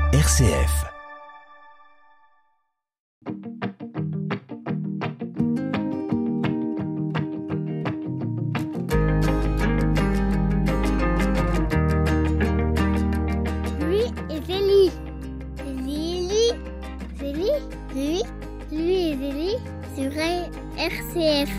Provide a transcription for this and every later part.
RCF. Lui et Zélie. Lui et Zélie sur RCF.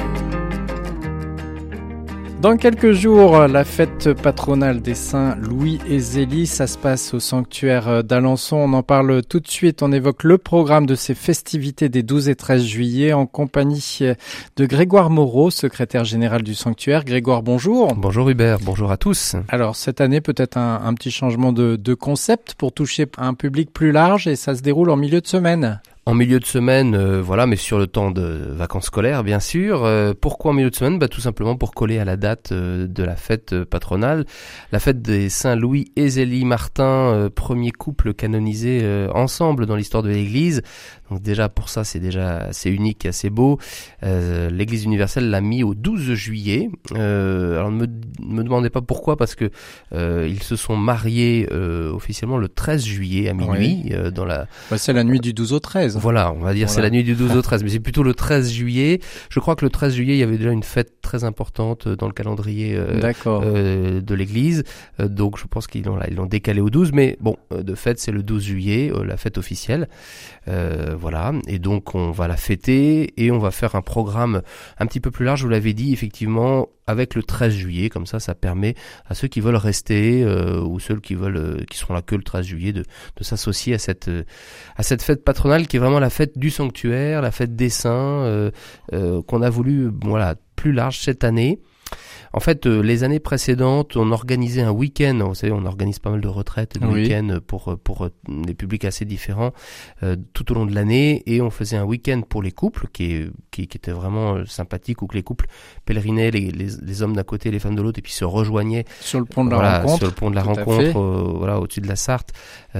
Dans quelques jours, la fête patronale des saints Louis et Zélie, ça se passe au sanctuaire d'Alençon. On en parle tout de suite. On évoque le programme de ces festivités des 12 et 13 juillet en compagnie de Grégoire Moreau, secrétaire général du sanctuaire. Grégoire, bonjour. Bonjour Hubert, bonjour à tous. Alors cette année, peut-être un petit changement de concept pour toucher un public plus large et ça se déroule en milieu de semaine. En milieu de semaine, mais sur le temps de vacances scolaires, bien sûr. Pourquoi en milieu de semaine ? Tout simplement pour coller à la date de la fête patronale. La fête des saints Louis et Zélie Martin, premier couple canonisé ensemble dans l'histoire de l'Église. Donc déjà pour ça, c'est déjà assez unique, assez beau. L'Église universelle l'a mis au 12 juillet. Alors ne me demandez pas pourquoi, parce que ils se sont mariés officiellement le 13 juillet à minuit. Oui. C'est la nuit du 12 au 13. Voilà, on va dire c'est la nuit du 12 au 13, mais c'est plutôt le 13 juillet. Je crois que le 13 juillet, il y avait déjà une fête très importante dans le calendrier de l'Église. Donc je pense qu'ils l'ont décalé au 12, mais bon, de fait, c'est le 12 juillet, la fête officielle. Voilà, et donc on va la fêter et on va faire un programme un petit peu plus large, je vous l'avais dit, effectivement, avec le 13 juillet, comme ça permet à ceux qui veulent rester ou ceux qui seront là que le 13 juillet de s'associer à cette fête patronale qui est vraiment la fête du sanctuaire, la fête des saints qu'on a voulu plus large cette année. En fait, les années précédentes, on organisait un week-end. Vous savez, on organise pas mal de retraites et de week-ends pour des publics assez différents tout au long de l'année. Et on faisait un week-end pour les couples qui était vraiment sympathique, où que les couples pèlerinaient, les hommes d'un côté, les femmes de l'autre, et puis se rejoignaient sur le pont de la rencontre. Sur le pont de la rencontre, au-dessus de la Sarthe,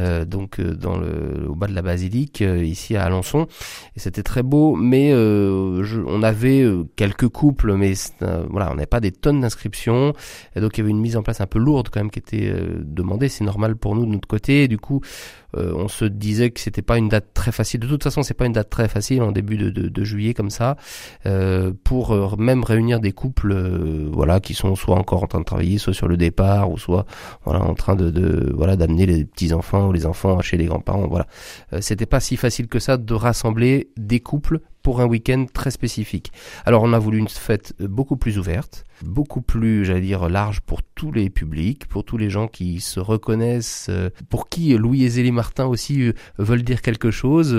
au bas de la basilique, ici à Alençon. Et c'était très beau, mais on avait quelques couples, mais on n'avait pas des tonnes d'inscriptions, et donc il y avait une mise en place un peu lourde quand même qui était demandée. C'est normal pour nous de notre côté, et du coup on se disait que c'était pas une date très facile. De toute façon, c'est pas une date très facile en début de juillet comme ça, pour même réunir des couples qui sont soit encore en train de travailler, soit sur le départ, ou soit en train d'amener les petits enfants ou les enfants chez les grands-parents. C'était pas si facile que ça de rassembler des couples pour un week-end très spécifique. Alors on a voulu une fête beaucoup plus ouverte, beaucoup plus, large pour tous les publics, pour tous les gens qui se reconnaissent, pour qui Louis et Zélie Martin aussi veulent dire quelque chose,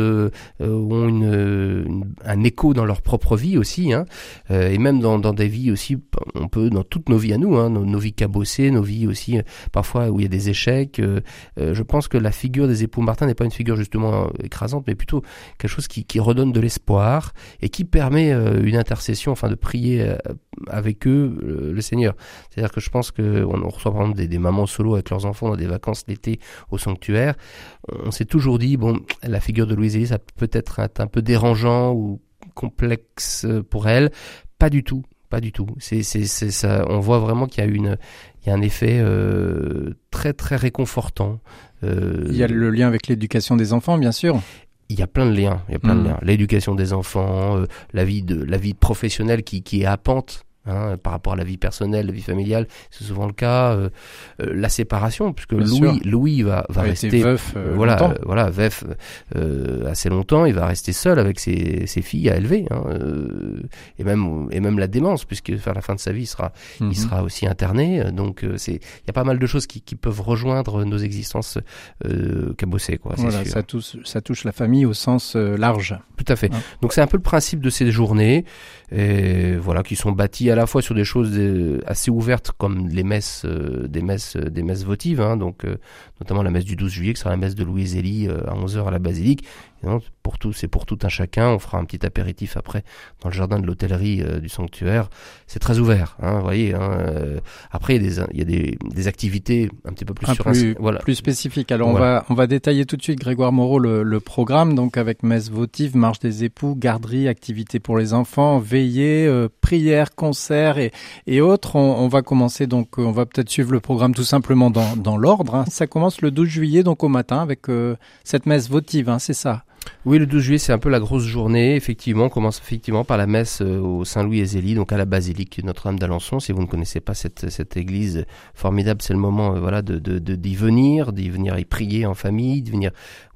ont un écho dans leur propre vie aussi, et même dans des vies aussi, on peut, dans toutes nos vies à nous, nos vies cabossées, nos vies aussi parfois où il y a des échecs. Je pense que la figure des époux Martin n'est pas une figure justement écrasante, mais plutôt quelque chose qui redonne de l'espoir et qui permet une intercession, de prier avec eux le Seigneur. C'est-à-dire que je pense qu'on reçoit par exemple des mamans solo avec leurs enfants dans des vacances l'été au sanctuaire. On s'est toujours dit, la figure de Louise Zélie, ça peut être un peu dérangeant ou complexe pour elle. Pas du tout. C'est ça. On voit vraiment qu'il y a un effet très très réconfortant. Il y a le lien avec l'éducation des enfants, bien sûr. Il y a plein de liens. L'éducation des enfants, la vie professionnelle qui est à pente. Par rapport à la vie personnelle, la vie familiale, c'est souvent le cas. La séparation, puisque Louis va rester veuf, veuf assez longtemps. Il va rester seul avec ses filles à élever, et même la démence, puisque vers la fin de sa vie, il sera aussi interné. Donc il y a pas mal de choses qui peuvent rejoindre nos existences cabossées, quoi. Ça touche la famille au sens large. Tout à fait. Donc c'est un peu le principe de ces journées, et qui sont bâties à la fois sur des choses assez ouvertes comme les messes, des messes votives, donc notamment la messe du 12 juillet qui sera la messe de Louis et Zélie à 11h à la basilique. C'est pour tout un chacun. On fera un petit apéritif après dans le jardin de l'hôtellerie du sanctuaire. C'est très ouvert, vous voyez. Après, il y a des activités un petit peu plus plus spécifiques. Alors on va détailler tout de suite, Grégoire Moreau, le programme, donc avec messe votive, marche des époux, garderie, activités pour les enfants, veillée, prière, concert, concerts et autres. On va commencer donc, on va peut-être suivre le programme tout simplement dans l'ordre. Hein. Ça commence le 12 juillet, donc au matin, avec cette messe votive, hein, c'est ça? Oui, le 12 juillet, c'est un peu la grosse journée. Effectivement, on commence effectivement par la messe au Saint-Louis et Zélie, donc à la basilique Notre-Dame d'Alençon. Si vous ne connaissez pas cette église formidable, c'est le moment d'y venir y prier en famille, de venir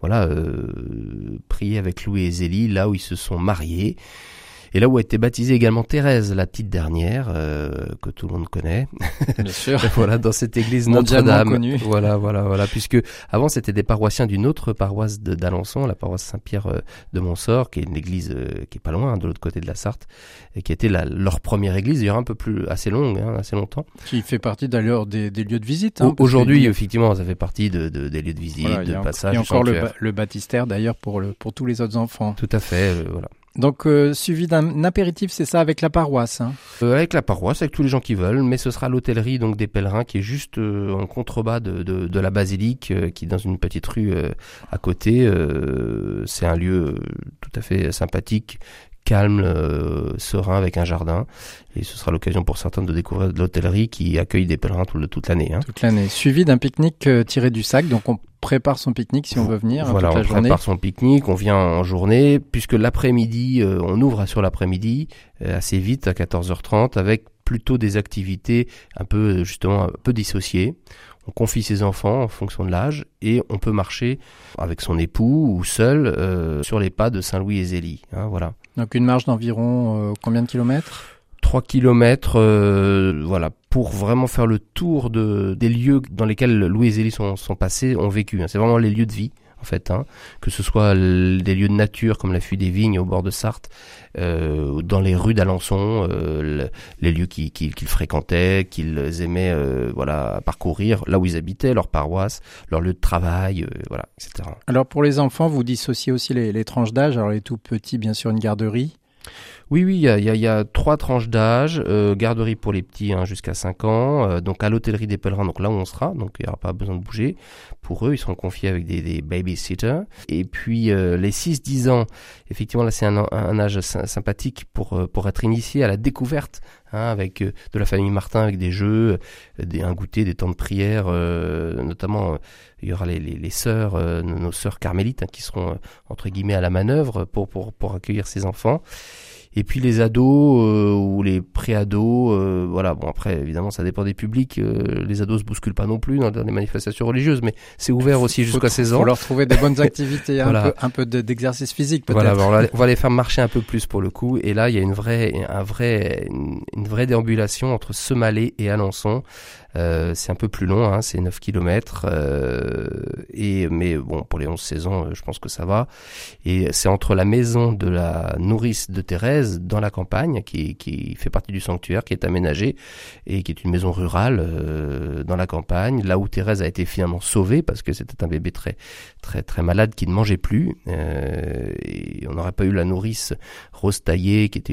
prier avec Louis et Zélie, là où ils se sont mariés. Et là où a été baptisée également Thérèse, la petite dernière, que tout le monde connaît. Bien sûr. Voilà, dans cette église Notre-Dame. Connue. Voilà, puisque avant c'était des paroissiens d'une autre paroisse d'Alençon, la paroisse Saint-Pierre de Montsort, qui est une église qui est pas loin, de l'autre côté de la Sarthe, et qui était leur première église, d'ailleurs assez longue, assez longtemps. Qui fait partie d'ailleurs des lieux de visite. Aujourd'hui, effectivement, ça fait partie des lieux de visite, de passage. Il y a encore le baptistère d'ailleurs pour tous les autres enfants. Tout à fait, voilà. Donc suivi d'un apéritif, c'est ça, avec la paroisse, hein. Avec la paroisse, avec tous les gens qui veulent, mais ce sera l'hôtellerie donc des pèlerins qui est juste en contrebas de la basilique, qui est dans une petite rue à côté. C'est un lieu tout à fait sympathique, calme, serein, avec un jardin. Et ce sera l'occasion pour certains de découvrir de l'hôtellerie qui accueille des pèlerins toute l'année. Hein. Toute l'année. Suivi d'un pique-nique tiré du sac. Donc on prépare son pique-nique si on veut venir voilà, toute la journée. On prépare son pique-nique, on vient en journée, puisque l'après-midi, on ouvre sur l'après-midi assez vite à 14h30 avec plutôt des activités un peu dissociées. On confie ses enfants en fonction de l'âge et on peut marcher avec son époux ou seul sur les pas de Saint-Louis et Zélie. Hein, voilà. Donc une marche d'environ combien de kilomètres ? 3 kilomètres, pour vraiment faire le tour des lieux dans lesquels Louis et Zélie sont passés, ont vécu. Hein. C'est vraiment les lieux de vie, en fait, hein. Que ce soit des lieux de nature comme la Fuie des Vignes au bord de Sarthe, dans les rues d'Alençon, les lieux qu'ils fréquentaient, qu'ils aimaient parcourir, là où ils habitaient, leur paroisse, leur lieu de travail, etc. Alors pour les enfants, vous dissociez aussi les tranches d'âge. Alors les tout petits, bien sûr, une garderie. Oui, il y a 3 tranches d'âge, garderie pour les petits jusqu'à 5 ans, donc à l'hôtellerie des pèlerins, donc là où on sera, donc il n'y aura pas besoin de bouger. Pour eux, ils seront confiés avec des babysitters. Et puis les 6-10 ans, effectivement là c'est un âge sympathique pour être initié à la découverte, avec de la famille Martin, avec des jeux, un goûter, des temps de prière, notamment il y aura les sœurs, nos sœurs carmélites qui seront entre guillemets à la manœuvre pour accueillir ces enfants. Et puis les ados ou les pré-ados, après évidemment ça dépend des publics, les ados se bousculent pas non plus dans les manifestations religieuses, mais c'est ouvert aussi jusqu'à 16 ans. Faut leur trouver des bonnes activités, un peu d'exercice physique peut-être. Voilà, on va les faire marcher un peu plus pour le coup, et là il y a une vraie déambulation entre Semalé et Alençon. C'est un peu plus long, c'est 9 km, mais bon, pour les 11-16 ans, je pense que ça va. Et c'est entre la maison de la nourrice de Thérèse, dans la campagne, qui fait partie du sanctuaire, qui est aménagée, et qui est une maison rurale, dans la campagne, là où Thérèse a été finalement sauvée, parce que c'était un bébé très, très, très malade, qui ne mangeait plus, et on n'aurait pas eu la nourrice Rose Taillé, qui était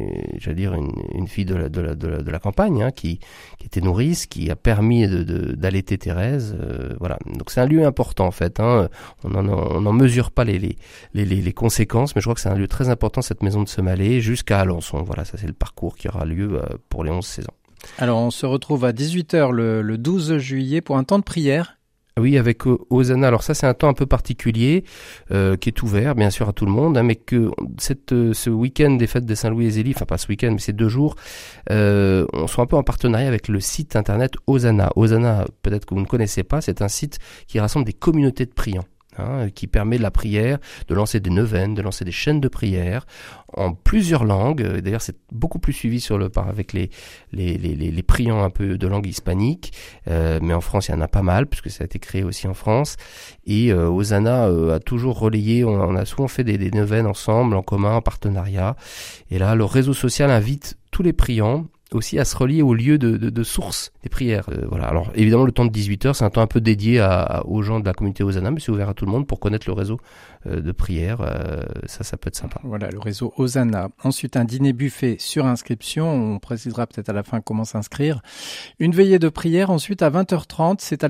une fille de la campagne, qui était nourrice, qui a permis d'allaiter Thérèse, Donc c'est un lieu important en fait, on n'en mesure pas les conséquences, mais je crois que c'est un lieu très important, cette maison de Semalé, jusqu'à Alençon. Voilà, ça c'est le parcours qui aura lieu pour les 11-16 ans. Alors on se retrouve à 18h le 12 juillet pour un temps de prière. Oui, avec Hosanna. Alors ça, c'est un temps un peu particulier, qui est ouvert, bien sûr, à tout le monde, mais que ce week-end des fêtes de Saint-Louis et Zélie, enfin pas ce week-end, mais ces 2 jours, on soit un peu en partenariat avec le site internet Hosanna. Hosanna, peut-être que vous ne connaissez pas, c'est un site qui rassemble des communautés de priants. Qui permet de la prière, de lancer des neuvaines, de lancer des chaînes de prière en plusieurs langues. D'ailleurs, c'est beaucoup plus suivi avec les priants un peu de langue hispanique, mais en France, il y en a pas mal puisque ça a été créé aussi en France. Et Hosanna a toujours relayé. On a souvent fait des neuvaines ensemble, en commun, en partenariat. Et là, le réseau social invite tous les priants aussi à se relier au lieu de source des prières. Alors évidemment le temps de 18h, c'est un temps un peu dédié aux gens de la communauté Hosanna, mais c'est ouvert à tout le monde pour connaître le réseau de prières. Ça peut être sympa. Voilà, le réseau Hosanna. Ensuite, un dîner buffet sur inscription. On précisera peut-être à la fin comment s'inscrire. Une veillée de prière ensuite à 20h30, c'est à la basilique ?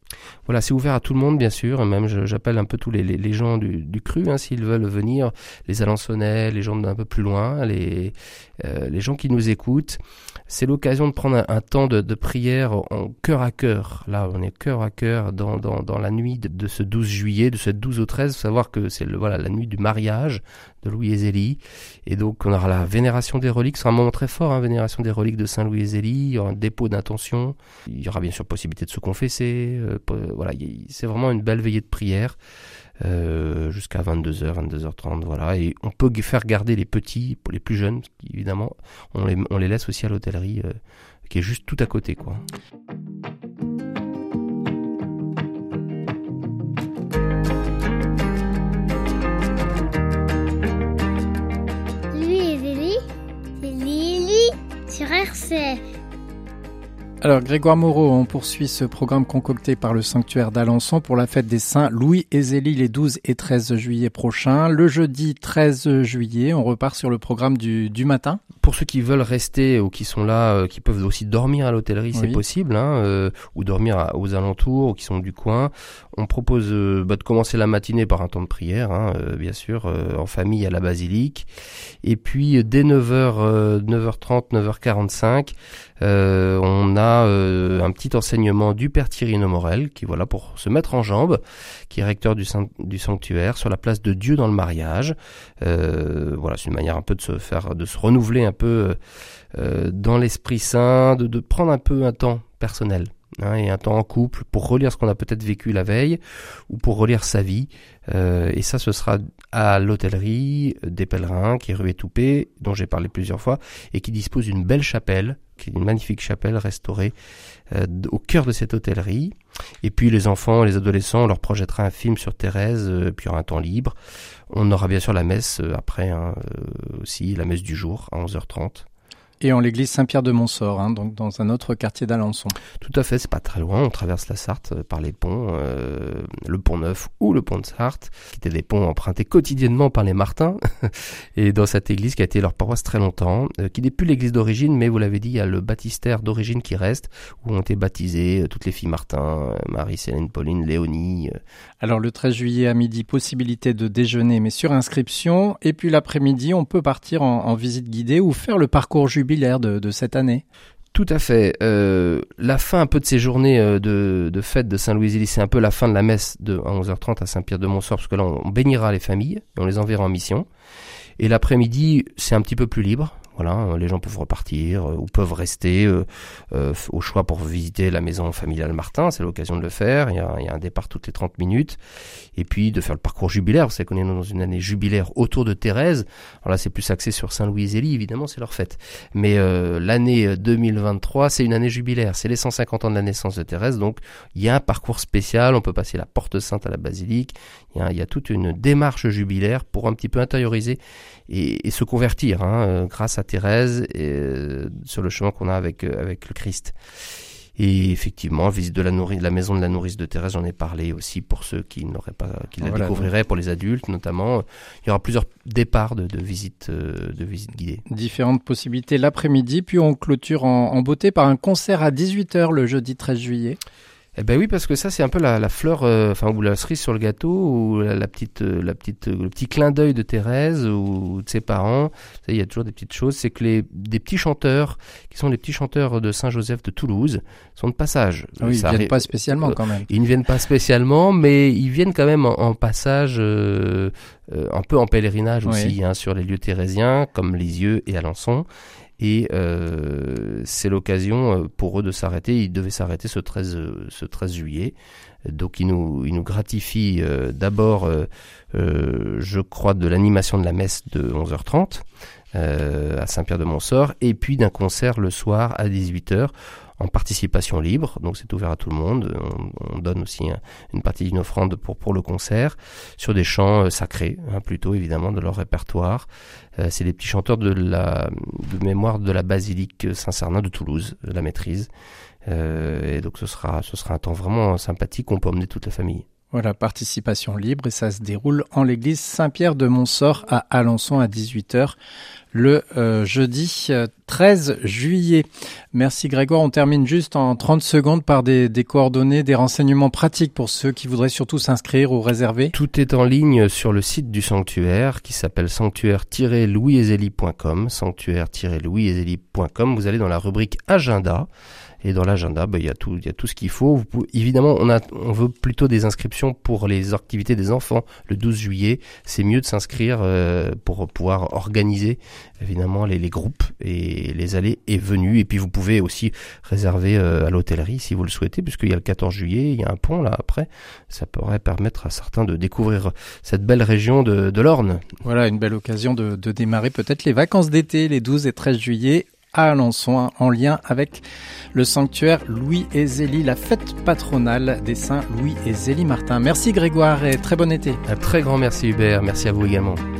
Voilà, c'est ouvert à tout le monde, bien sûr. Et même, j'appelle un peu tous les gens du cru, s'ils veulent venir, les Alençonnais, les gens d'un peu plus loin, les gens qui nous écoutent. C'est l'occasion de prendre un temps de prière en cœur à cœur. Là, on est cœur à cœur dans la nuit de ce 12 juillet, de ce 12 au 13. Il faut savoir que c'est la nuit du mariage de Louis et Zélie. Et donc, on aura la vénération des reliques. C'est un moment très fort, vénération des reliques de Saint Louis et Zélie. Il y aura un dépôt d'intention. Il y aura bien sûr possibilité de se confesser. Voilà, c'est vraiment une belle veillée de prière jusqu'à 22h, 22h30, voilà. Et on peut faire garder les petits, pour les plus jeunes, évidemment, on les laisse aussi à l'hôtellerie qui est juste tout à côté, quoi. Louis et Zélie, c'est Lily sur RCF. Alors Grégoire Moreau, on poursuit ce programme concocté par le sanctuaire d'Alençon pour la fête des Saints Louis et Zélie les 12 et 13 juillet prochains. Le jeudi 13 juillet, on repart sur le programme du matin. Pour ceux qui veulent rester ou qui sont là, qui peuvent aussi dormir à l'hôtellerie, c'est possible, ou dormir aux alentours, ou qui sont du coin. On propose de commencer la matinée par un temps de prière, bien sûr, en famille à la basilique. Et puis dès 9h, 9h30, 9h45, on a un petit enseignement du Père Thierry Nomorel, qui pour se mettre en jambe, qui est recteur du sanctuaire, sur la place de Dieu dans le mariage. C'est une manière un peu de se renouveler un peu dans l'Esprit Saint, de prendre un peu un temps personnel. Et un temps en couple pour relire ce qu'on a peut-être vécu la veille ou pour relire sa vie. Et ça, ce sera à l'hôtellerie des Pèlerins, qui est rue Étoupée, dont j'ai parlé plusieurs fois, et qui dispose d'une belle chapelle, qui est une magnifique chapelle restaurée au cœur de cette hôtellerie. Et puis les enfants et les adolescents, on leur projettera un film sur Thérèse, puis il y aura un temps libre. On aura bien sûr la messe après, aussi la messe du jour à 11h30. Et en l'église Saint-Pierre de Montsort, donc dans un autre quartier d'Alençon. Tout à fait, c'est pas très loin, on traverse la Sarthe par les ponts, le pont Neuf ou le pont de Sarthe, qui étaient des ponts empruntés quotidiennement par les Martins, et dans cette église qui a été leur paroisse très longtemps, qui n'est plus l'église d'origine, mais vous l'avez dit, il y a le baptistère d'origine qui reste, où ont été baptisées toutes les filles Martin, Marie, Céline, Pauline, Léonie. Alors le 13 juillet à midi, possibilité de déjeuner, mais sur inscription, et puis l'après-midi, on peut partir en visite guidée ou faire le parcours jubilaire de cette année. Tout à fait. La fin un peu de ces journées de fête de Saint-Louis et Zélie, c'est un peu la fin de la messe à 11h30 à Saint-Pierre de Montsort, parce que là on bénira les familles et on les enverra en mission. Et l'après-midi, c'est un petit peu plus libre. Voilà, les gens peuvent repartir ou peuvent rester au choix pour visiter la maison familiale Martin. C'est l'occasion de le faire. Il y a un départ toutes les 30 minutes. Et puis de faire le parcours jubilaire. Vous savez qu'on est dans une année jubilaire autour de Thérèse. Alors là, c'est plus axé sur Saint-Louis et Zélie. Évidemment, c'est leur fête. Mais l'année 2023, c'est une année jubilaire. C'est les 150 ans de la naissance de Thérèse. Donc, il y a un parcours spécial. On peut passer la Porte Sainte à la basilique. Il y a toute une démarche jubilaire pour un petit peu intérioriser et se convertir grâce à Thérèse sur le chemin qu'on a avec le Christ. Et effectivement, visite de la maison de la nourrice de Thérèse, j'en ai parlé aussi pour ceux qui la découvriraient, pour les adultes notamment. Il y aura plusieurs départs de visites guidées. Différentes possibilités l'après-midi, puis on clôture en beauté par un concert à 18h le jeudi 13 juillet. Eh ben oui, parce que ça c'est un peu la fleur, ou la cerise sur le gâteau, ou le petit clin d'œil de Thérèse ou de ses parents. Il y a toujours des petites choses. C'est que des petits chanteurs, qui sont les petits chanteurs de Saint-Joseph de Toulouse, sont de passage. Oui, ils ne viennent pas spécialement quand même. Ils ne viennent pas spécialement, mais ils viennent quand même en passage, un peu en pèlerinage aussi, sur les lieux thérésiens, comme Lisieux et Alençon. Et c'est l'occasion pour eux de s'arrêter. Ils devaient s'arrêter ce 13 juillet. Donc ils nous gratifient d'abord, je crois, de l'animation de la messe de 11h30 à Saint-Pierre de Montsort, et puis d'un concert le soir à 18h en participation libre, donc c'est ouvert à tout le monde. On donne aussi une partie d'une offrande pour le concert, sur des chants sacrés, plutôt évidemment de leur répertoire. C'est des petits chanteurs de mémoire de la basilique Saint-Cernin de Toulouse, la maîtrise. Et donc ce sera un temps vraiment sympathique, on peut emmener toute la famille. Voilà, participation libre et ça se déroule en l'église Saint-Pierre de Montsort à Alençon à 18h le jeudi 13 juillet. Merci Grégoire, on termine juste en 30 secondes par des coordonnées, des renseignements pratiques pour ceux qui voudraient surtout s'inscrire ou réserver. Tout est en ligne sur le site du sanctuaire qui s'appelle sanctuaire-louisesélie.com, sanctuaire-louisesélie.com. Vous allez dans la rubrique agenda. Et dans l'agenda, il y a tout ce qu'il faut. Évidemment, on veut plutôt des inscriptions pour les activités des enfants. Le 12 juillet, c'est mieux de s'inscrire pour pouvoir organiser évidemment les groupes et les allées et venues. Et puis vous pouvez aussi réserver à l'hôtellerie si vous le souhaitez, puisqu'il y a le 14 juillet, il y a un pont là après. Ça pourrait permettre à certains de découvrir cette belle région de l'Orne. Voilà, une belle occasion de démarrer peut-être les vacances d'été, les 12 et 13 juillet. À Alençon, en lien avec le sanctuaire Louis et Zélie, la fête patronale des saints Louis et Zélie Martin. Merci Grégoire et très bon été. Un très grand merci Hubert, merci à vous également.